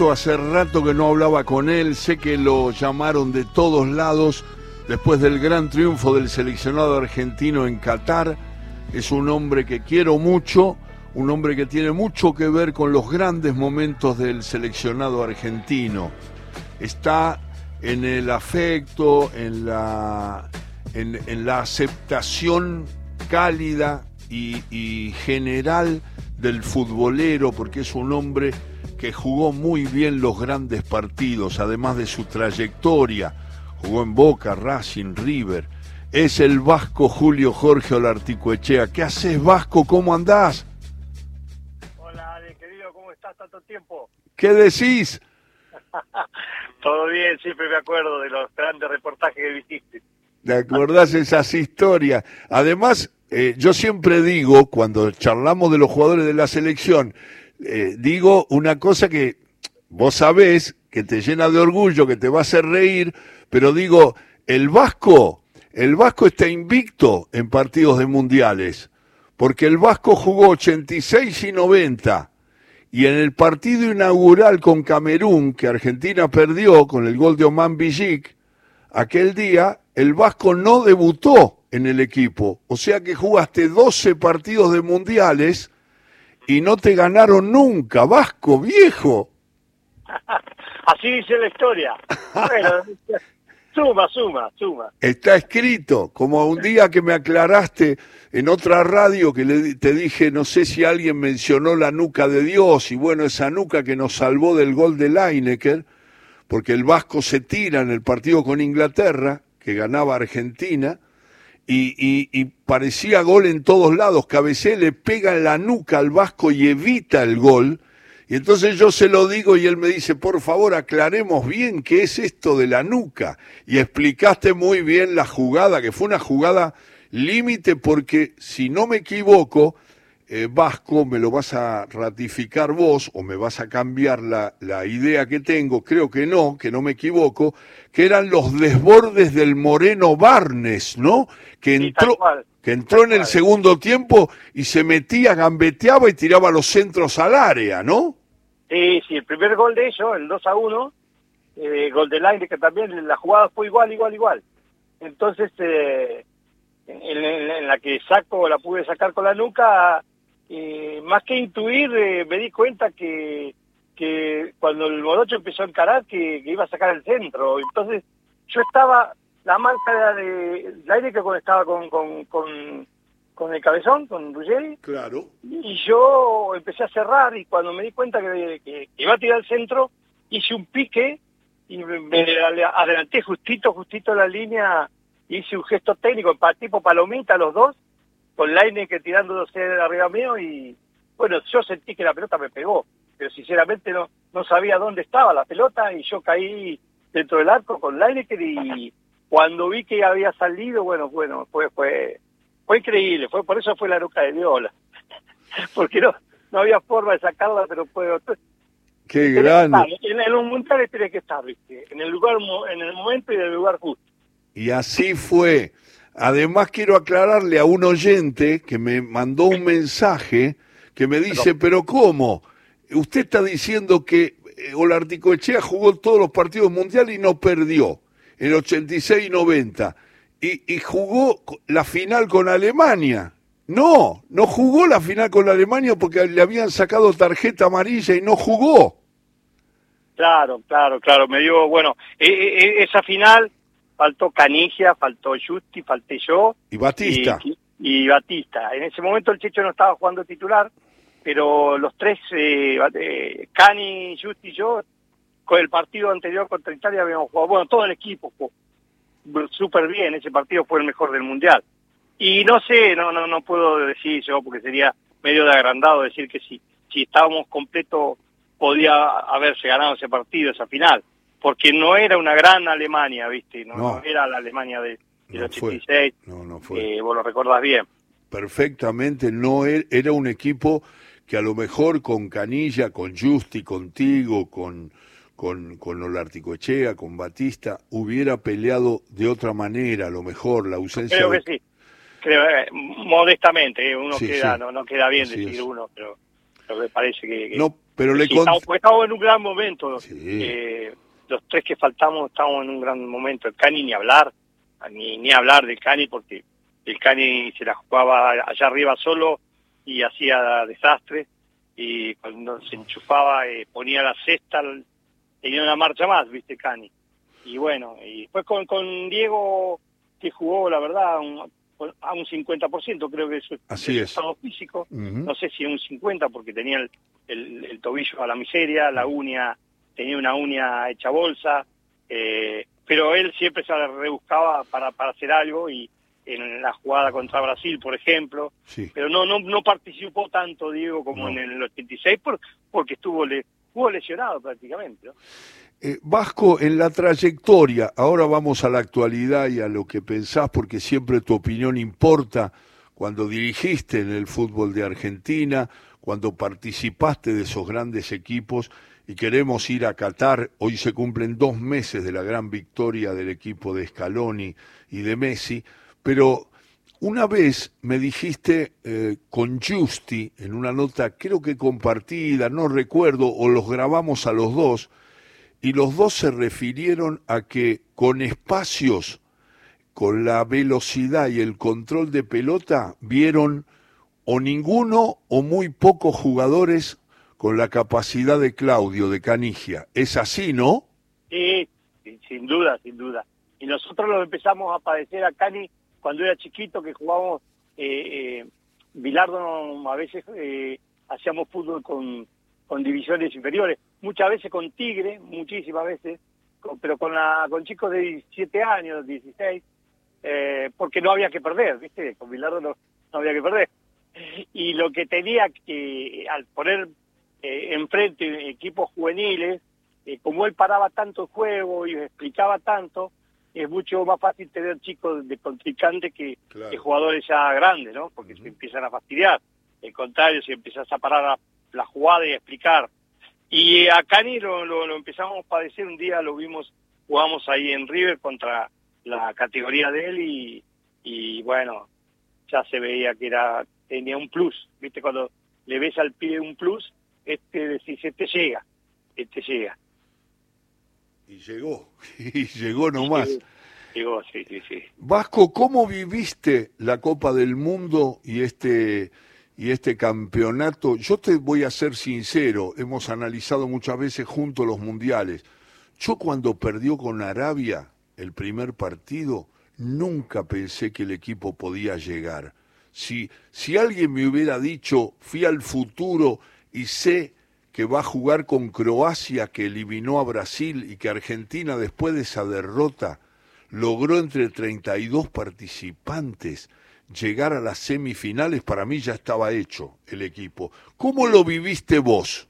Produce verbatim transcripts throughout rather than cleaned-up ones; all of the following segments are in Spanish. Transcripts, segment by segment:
Alberto, hace rato que no hablaba con él, sé que lo llamaron de todos lados después del gran triunfo del seleccionado argentino en Qatar. Es un hombre que quiero mucho, un hombre que tiene mucho que ver con los grandes momentos del seleccionado argentino. Está en el afecto, en la, en, en la aceptación cálida y, y general del futbolero, porque es un hombre que jugó muy bien los grandes partidos, además de su trayectoria. Jugó en Boca, Racing, River. Es el vasco Julio Jorge Olarticoechea. ¿Qué haces, Vasco? ¿Cómo andás? Hola, Ale, querido, ¿cómo estás? Tanto tiempo. ¿Qué decís? Todo bien, siempre me acuerdo de los grandes reportajes que hiciste. ¿Te acordás esas historias? Además, eh, yo siempre digo, cuando charlamos de los jugadores de la selección, eh, digo una cosa que vos sabés, que te llena de orgullo, que te va a hacer reír, pero digo, el Vasco, el Vasco está invicto en partidos de mundiales, porque el Vasco jugó ochenta y seis y noventa, y en el partido inaugural con Camerún, que Argentina perdió con el gol de Oman Villic, aquel día el Vasco no debutó en el equipo, o sea que jugaste doce partidos de mundiales y no te ganaron nunca, Vasco, viejo. Así dice la historia. Bueno, suma, suma, suma. Está escrito, como un día que me aclaraste en otra radio que le, te dije, no sé si alguien mencionó la nuca de Dios, y bueno, esa nuca que nos salvó del gol de Lineker, porque el Vasco se tira en el partido con Inglaterra, que ganaba Argentina, y, y, y parecía gol en todos lados. Cabecé le pega en la nuca al Vasco y evita el gol, y entonces yo se lo digo y él me dice, por favor, aclaremos bien qué es esto de la nuca. Y explicaste muy bien la jugada, que fue una jugada límite, porque si no me equivoco, eh, Vasco, me lo vas a ratificar vos o me vas a cambiar la, la idea que tengo, creo que no, que no me equivoco, que eran los desbordes del Moreno Barnes, ¿no? Que entró, que entró en el segundo tiempo y se metía, gambeteaba y tiraba los centros al área, ¿no? Sí, sí, el primer gol de ellos, el dos a uno, eh, gol del aire, que también la jugada fue igual, igual, igual. Entonces, eh, en, en, en la que saco, la pude sacar con la nuca, eh, más que intuir, eh, me di cuenta que, que cuando el Morocho empezó a encarar, que, que iba a sacar el centro. Entonces, yo estaba, la marca de, del aire que estaba con... con, con con el cabezón, con Ruggeri, claro. Y yo empecé a cerrar, y cuando me di cuenta que, que, que iba a tirar el centro, hice un pique y me, me adelanté justito, justito la línea, hice un gesto técnico, tipo palomita los dos, con Lineker tirándose de arriba mío, y bueno, yo sentí que la pelota me pegó, pero sinceramente no, no sabía dónde estaba la pelota, y yo caí dentro del arco con Lineker, y cuando vi que había salido, bueno, bueno, fue... fue Fue increíble, fue por eso fue la nuca de Viola, porque no no había forma de sacarla, pero fue... ¡Qué grande! En, en un mundial tiene que estar, ¿viste? En el lugar, en el momento y en el lugar justo. Y así fue. Además quiero aclararle a un oyente que me mandó un mensaje que me dice, pero ¿cómo? Usted está diciendo que Olarticoechea jugó todos los partidos mundiales y no perdió, en ochenta y seis y noventa. Y, y jugó la final con Alemania. No, no jugó la final con Alemania porque le habían sacado tarjeta amarilla y no jugó. Claro, claro, claro. Me dio, bueno, eh, eh, esa final faltó Canigia, faltó Justi, falté yo. Y Batista. Y, y, y Batista. En ese momento el Checho no estaba jugando titular, pero los tres, eh, eh, Cani, Justi y yo, con el partido anterior contra Italia habíamos jugado, bueno, todo el equipo jugó súper bien, ese partido fue el mejor del mundial. Y no sé, no no no puedo decir yo, porque sería medio de agrandado decir que si si estábamos completos podía haberse ganado ese partido, esa final, porque no era una gran Alemania, ¿viste? No, no. no era la Alemania de, del no ochenta y seis, fue. No, no fue. Eh, vos lo recordás bien. Perfectamente, no era, era un equipo que a lo mejor con Canilla, con Justi, contigo, con... con, con Olarticoechea, con Batista, hubiera peleado de otra manera, a lo mejor, la ausencia... Creo de... que sí, creo, eh, modestamente, eh, uno sí, queda, sí. no, no queda bien Así decir es. uno, pero, pero me parece que... que no, Pero le sí, con... estamos, pues estamos en un gran momento. Sí. Eh, los tres que faltamos estamos en un gran momento. El Cani ni hablar, ni, ni hablar del Cani, porque el Cani se la jugaba allá arriba solo y hacía desastres. Y cuando se enchufaba, eh, ponía la cesta, tenía una marcha más, viste, Cani. Y bueno, y después con, con Diego, que jugó, la verdad, un, a un cincuenta por ciento, creo que eso Así es. estado físico, Uh-huh. no sé si un cincuenta, porque tenía el, el, el tobillo a la miseria, la uña, tenía una uña hecha bolsa, eh, pero él siempre se rebuscaba para, para hacer algo, y en la jugada contra Brasil, por ejemplo, Sí. pero no no no participó tanto Diego como no. en el ochenta y seis, por, porque estuvo, le, estuvo lesionado prácticamente, ¿no? Eh, Vasco, en la trayectoria, ahora vamos a la actualidad y a lo que pensás, porque siempre tu opinión importa, cuando dirigiste en el fútbol de Argentina, cuando participaste de esos grandes equipos, y queremos ir a Qatar. Hoy se cumplen dos meses de la gran victoria del equipo de Scaloni y de Messi, pero una vez me dijiste eh, con Justi, en una nota creo que compartida, no recuerdo, o los grabamos a los dos, y los dos se refirieron a que con espacios, con la velocidad y el control de pelota, vieron o ninguno o muy pocos jugadores con la capacidad de Claudio, de Canigia. ¿Es así, no? Sí, sin duda, sin duda. Y nosotros lo empezamos a padecer a Cani cuando era chiquito, que jugábamos, eh, eh, Bilardo, a veces eh, hacíamos fútbol con, con divisiones inferiores, muchas veces con Tigre, muchísimas veces, con, pero con la con chicos de diecisiete años, dieciséis, eh, porque no había que perder, ¿viste? Con Bilardo no, no había que perder. Y lo que tenía que, al poner eh, enfrente equipos juveniles, eh, como él paraba tanto el juego y explicaba tanto, es mucho más fácil tener chicos de contrincante que, claro, que jugadores ya grandes, ¿no? Porque uh-huh. se empiezan a fastidiar. Al contrario, si empiezas a parar la, la jugada y a explicar. Y a Cani lo, lo, lo empezamos a padecer un día, lo vimos, jugamos ahí en River contra la categoría de él y, y bueno, ya se veía que era tenía un plus, ¿viste? Cuando le ves al pibe un plus, este decís, este llega, este llega. Y llegó, y llegó nomás. Llegó, llegó, sí, sí, sí. Vasco, ¿cómo viviste la Copa del Mundo y este y este campeonato? Yo te voy a ser sincero, hemos analizado muchas veces juntos los mundiales. Yo cuando perdió con Arabia el primer partido, nunca pensé que el equipo podía llegar. Si, si alguien me hubiera dicho, fui al futuro y sé que va a jugar con Croacia, que eliminó a Brasil, y que Argentina, después de esa derrota, logró entre treinta y dos participantes llegar a las semifinales, para mí ya estaba hecho el equipo. ¿Cómo lo viviste vos?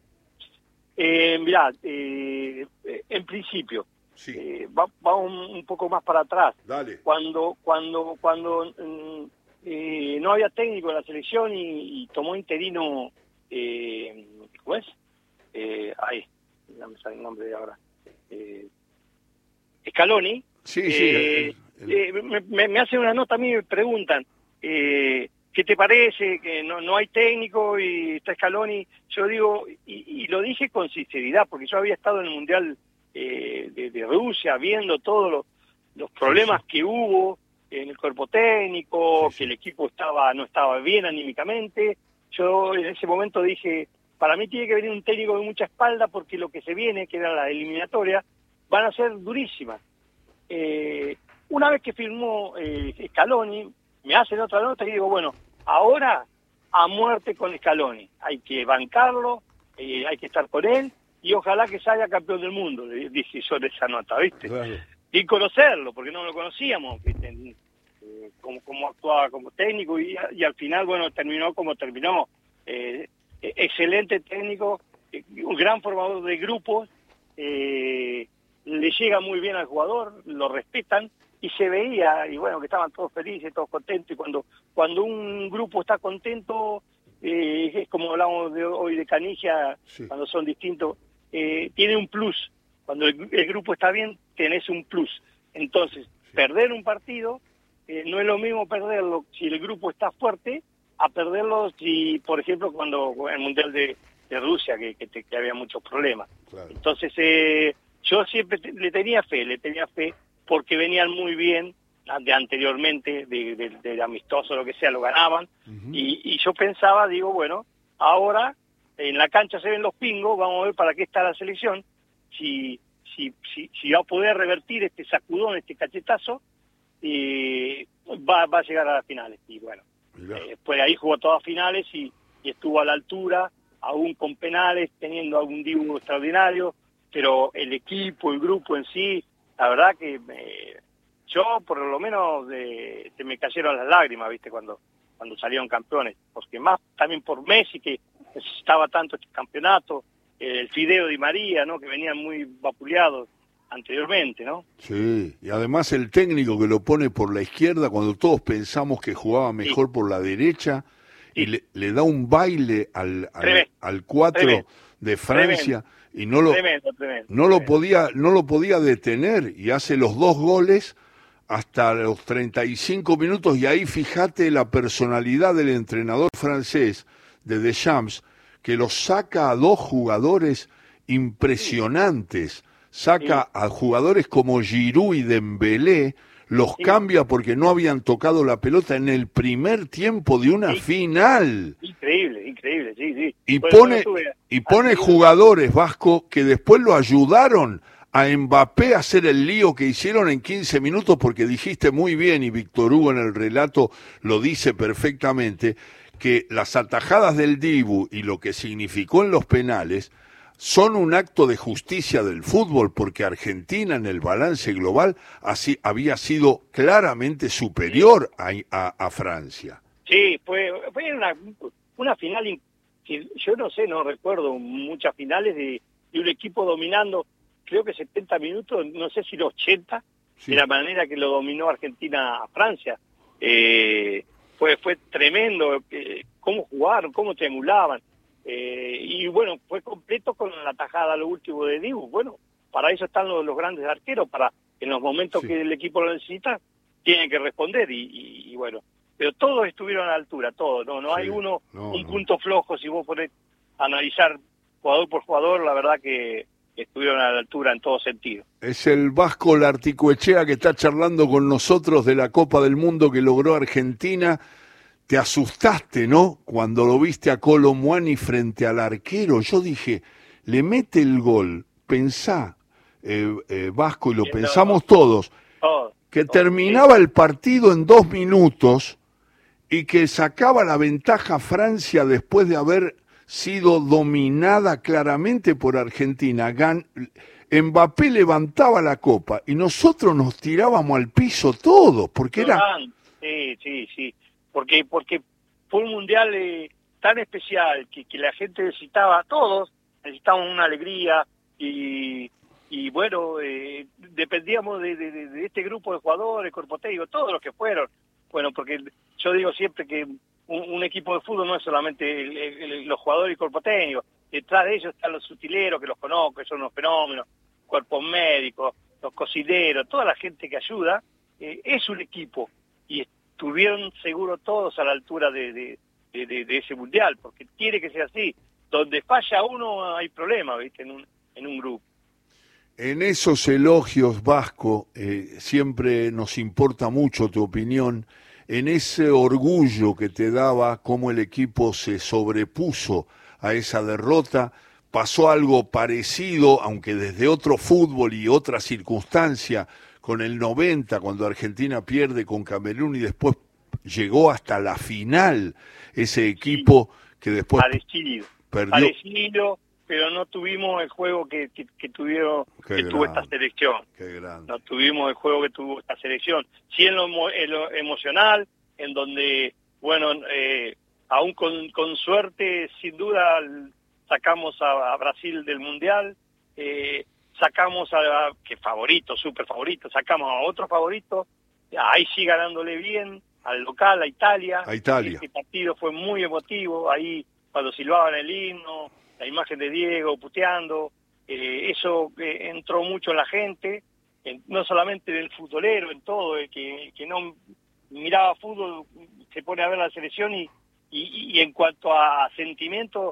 Eh, mirá, eh, en principio, sí. eh, va, va un, un poco más para atrás. Dale. Cuando, cuando, cuando eh, no había técnico en la selección y, y tomó interino, eh, ¿cómo es? Eh, ahí, no me sale el nombre de ahora. Eh, Scaloni. Sí, eh, sí. El, el... Eh, me, me hacen una nota a mí y me preguntan, eh, ¿qué te parece? Que no, no hay técnico y está Scaloni. Yo digo, y, y lo dije con sinceridad, porque yo había estado en el Mundial eh, de, de Rusia, viendo todos los, los problemas sí, sí. que hubo en el cuerpo técnico, sí, sí. que el equipo estaba no estaba bien anímicamente. Yo en ese momento dije, para mí tiene que venir un técnico de mucha espalda, porque lo que se viene, que era la eliminatoria, van a ser durísimas. Eh, una vez que firmó eh, Scaloni, me hacen otra nota y digo, bueno, ahora a muerte con Scaloni, hay que bancarlo, eh, hay que estar con él, y ojalá que salga campeón del mundo, le dije yo de esa nota, ¿viste? Claro. Y conocerlo, porque no lo conocíamos, ¿viste? Eh, cómo, cómo actuaba como técnico, y, y al final, bueno, terminó como terminó. Eh, excelente técnico, eh, un gran formador de grupos, eh, le llega muy bien al jugador, lo respetan, y se veía, y bueno, que estaban todos felices, todos contentos, y cuando cuando un grupo está contento, eh, es como hablamos de hoy de Canigia, sí. cuando son distintos, eh, tiene un plus. Cuando el, el grupo está bien, tenés un plus. Entonces, sí. perder un partido, eh, no es lo mismo perderlo si el grupo está fuerte, a perderlo si, por ejemplo, cuando en el Mundial de, de Rusia, que, que, te, que había muchos problemas. Claro. Entonces, eh, yo siempre te, le tenía fe, le tenía fe, porque venían muy bien de anteriormente, de, de, de amistoso, lo que sea, lo ganaban, uh-huh. y, y yo pensaba, digo, bueno, ahora en la cancha se ven los pingos, vamos a ver para qué está la selección, si, si, si, si va a poder revertir este sacudón, este cachetazo, y va, va a llegar a las finales. Y bueno, eh, después de ahí jugó todas finales y, y estuvo a la altura, aún con penales, teniendo algún dibujo extraordinario, pero el equipo, el grupo en sí, la verdad que me, yo por lo menos eh, se me cayeron las lágrimas, viste, cuando cuando salieron campeones, porque más también por Messi, que necesitaba tanto este campeonato, eh, el Fideo Di María, ¿no?, que venían muy vapuleados anteriormente, ¿no? Sí, y además el técnico que lo pone por la izquierda cuando todos pensamos que jugaba mejor sí. por la derecha, sí. y le, le da un baile al al, al cuatro de Francia, tremendo. y no lo tremendo, tremendo, no tremendo. lo podía no lo podía detener, y hace los dos goles hasta los treinta y cinco minutos, y ahí fíjate la personalidad del entrenador francés de Deschamps, que los saca a dos jugadores impresionantes, saca sí. a jugadores como Giroud y Dembélé, los sí. cambia porque no habían tocado la pelota en el primer tiempo de una sí. final. Increíble, increíble, sí, sí. Y Por pone, y pone jugadores, Vasco, que después lo ayudaron a Mbappé a hacer el lío que hicieron en quince minutos, porque dijiste muy bien, y Víctor Hugo en el relato lo dice perfectamente, que las atajadas del Dibu y lo que significó en los penales son un acto de justicia del fútbol, porque Argentina en el balance global así había sido claramente superior a, a, a Francia. Sí, fue, fue una, una final que yo no sé, no recuerdo muchas finales de, de un equipo dominando, creo que setenta minutos, no sé si los ochenta, sí. de la manera que lo dominó Argentina a Francia. Eh, fue fue tremendo eh, cómo jugaron, cómo triangulaban. Eh, y bueno, fue completo con la tajada lo último de Dibu. Bueno, para eso están los, los grandes arqueros, para en los momentos sí. que el equipo lo necesita, tienen que responder. Y, y, y bueno, pero todos estuvieron a la altura, todos. No no sí. hay uno, no, un no. punto flojo, si vos podés analizar jugador por jugador, la verdad que estuvieron a la altura en todo sentido. Es el Vasco Larticoechea que está charlando con nosotros de la Copa del Mundo que logró Argentina. Te asustaste, ¿no?, cuando lo viste a Kolo Muani frente al arquero. Yo dije, le mete el gol, pensá, eh, eh, Vasco, y lo sí, pensamos no, todos, oh, que oh, terminaba sí. el partido en dos minutos y que sacaba la ventaja Francia después de haber sido dominada claramente por Argentina. Gan Mbappé levantaba la copa y nosotros nos tirábamos al piso todos, porque era... Sí, sí, sí, porque porque fue un mundial eh, tan especial que, que la gente necesitaba, todos necesitábamos una alegría y, y bueno, eh, dependíamos de, de, de este grupo de jugadores, cuerpo técnico, todos los que fueron. Bueno, porque yo digo siempre que un, un equipo de fútbol no es solamente el, el, el, los jugadores y cuerpo técnico, detrás de ellos están los utileros, que los conozco, que son unos fenómenos, cuerpos médicos, los cocineros, toda la gente que ayuda, eh, es un equipo, y estuvieron seguro todos a la altura de, de, de, de, de ese mundial, porque tiene que ser así, donde falla uno hay problema, ¿viste?, en un, en un grupo. En esos elogios, Vasco, eh, siempre nos importa mucho tu opinión, en ese orgullo que te daba cómo el equipo se sobrepuso a esa derrota. Pasó algo parecido, aunque desde otro fútbol y otra circunstancia, con el noventa, cuando Argentina pierde con Camerún y después llegó hasta la final ese equipo sí, que después parecido, perdió. Parecido, pero no tuvimos el juego que, que, que, tuvieron, que tuvo esta selección. Qué grande. No tuvimos el juego que tuvo esta selección. Sí en lo, en lo emocional, en donde, bueno, eh, aún con, con suerte, sin duda, sacamos a, a Brasil del Mundial, eh, sacamos a, a que favorito, súper favorito, sacamos a otro favorito, ahí sí ganándole bien, al local, a Italia. A Italia. Este partido fue muy emotivo, ahí cuando silbaban el himno, la imagen de Diego puteando, eh, eso eh, entró mucho en la gente, en, no solamente del futbolero, en todo, el que, que no miraba fútbol se pone a ver la selección y, y, y en cuanto a sentimiento,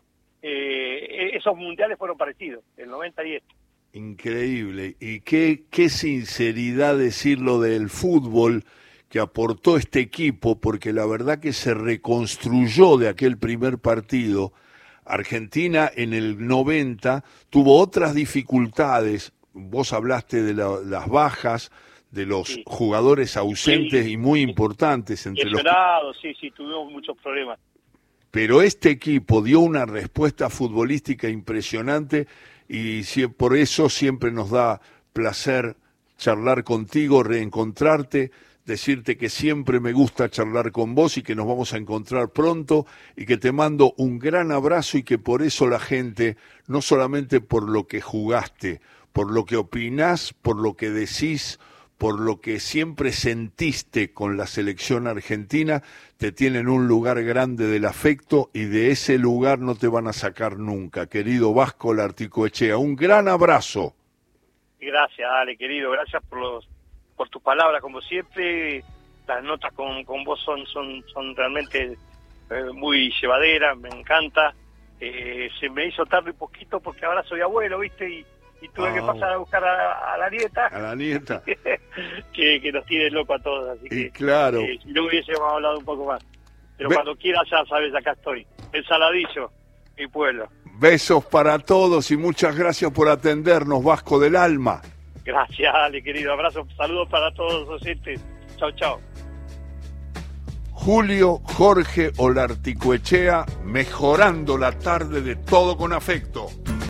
eh, esos mundiales fueron parecidos, el noventa y este. Increíble. Y qué, qué sinceridad decirlo del fútbol que aportó este equipo, porque la verdad que se reconstruyó de aquel primer partido. Argentina en el noventa tuvo otras dificultades. Vos hablaste de la, las bajas, de los sí. jugadores ausentes sí. y muy importantes. Entre los sí, sí, tuvimos muchos problemas. Pero este equipo dio una respuesta futbolística impresionante y si, por eso siempre nos da placer charlar contigo, reencontrarte, decirte que siempre me gusta charlar con vos y que nos vamos a encontrar pronto y que te mando un gran abrazo y que por eso la gente, no solamente por lo que jugaste, por lo que opinás, por lo que decís, por lo que siempre sentiste con la selección argentina, te tienen un lugar grande del afecto y de ese lugar no te van a sacar nunca. Querido Vasco Larticoechea, un gran abrazo. Gracias, Ale, querido, gracias por los por tus palabras, como siempre. Las notas con, con vos son son son realmente eh, muy llevaderas, me encanta. Eh, se me hizo tarde un poquito porque ahora soy abuelo, ¿viste? Y y tuve oh. que pasar a buscar a, a la nieta. A la nieta. que, que nos tiene loco a todos, así y que claro. Eh, si no hubiésemos hablado un poco más. Pero Be cuando quieras ya sabes, acá estoy. El Saladillo, mi pueblo. Besos para todos y muchas gracias por atendernos, Vasco del Alma. Gracias, Ale, querido. Abrazo, saludos para todos los oyentes. Chau, chau. Julio Jorge Olarticoechea, mejorando la tarde de Todo con Afecto.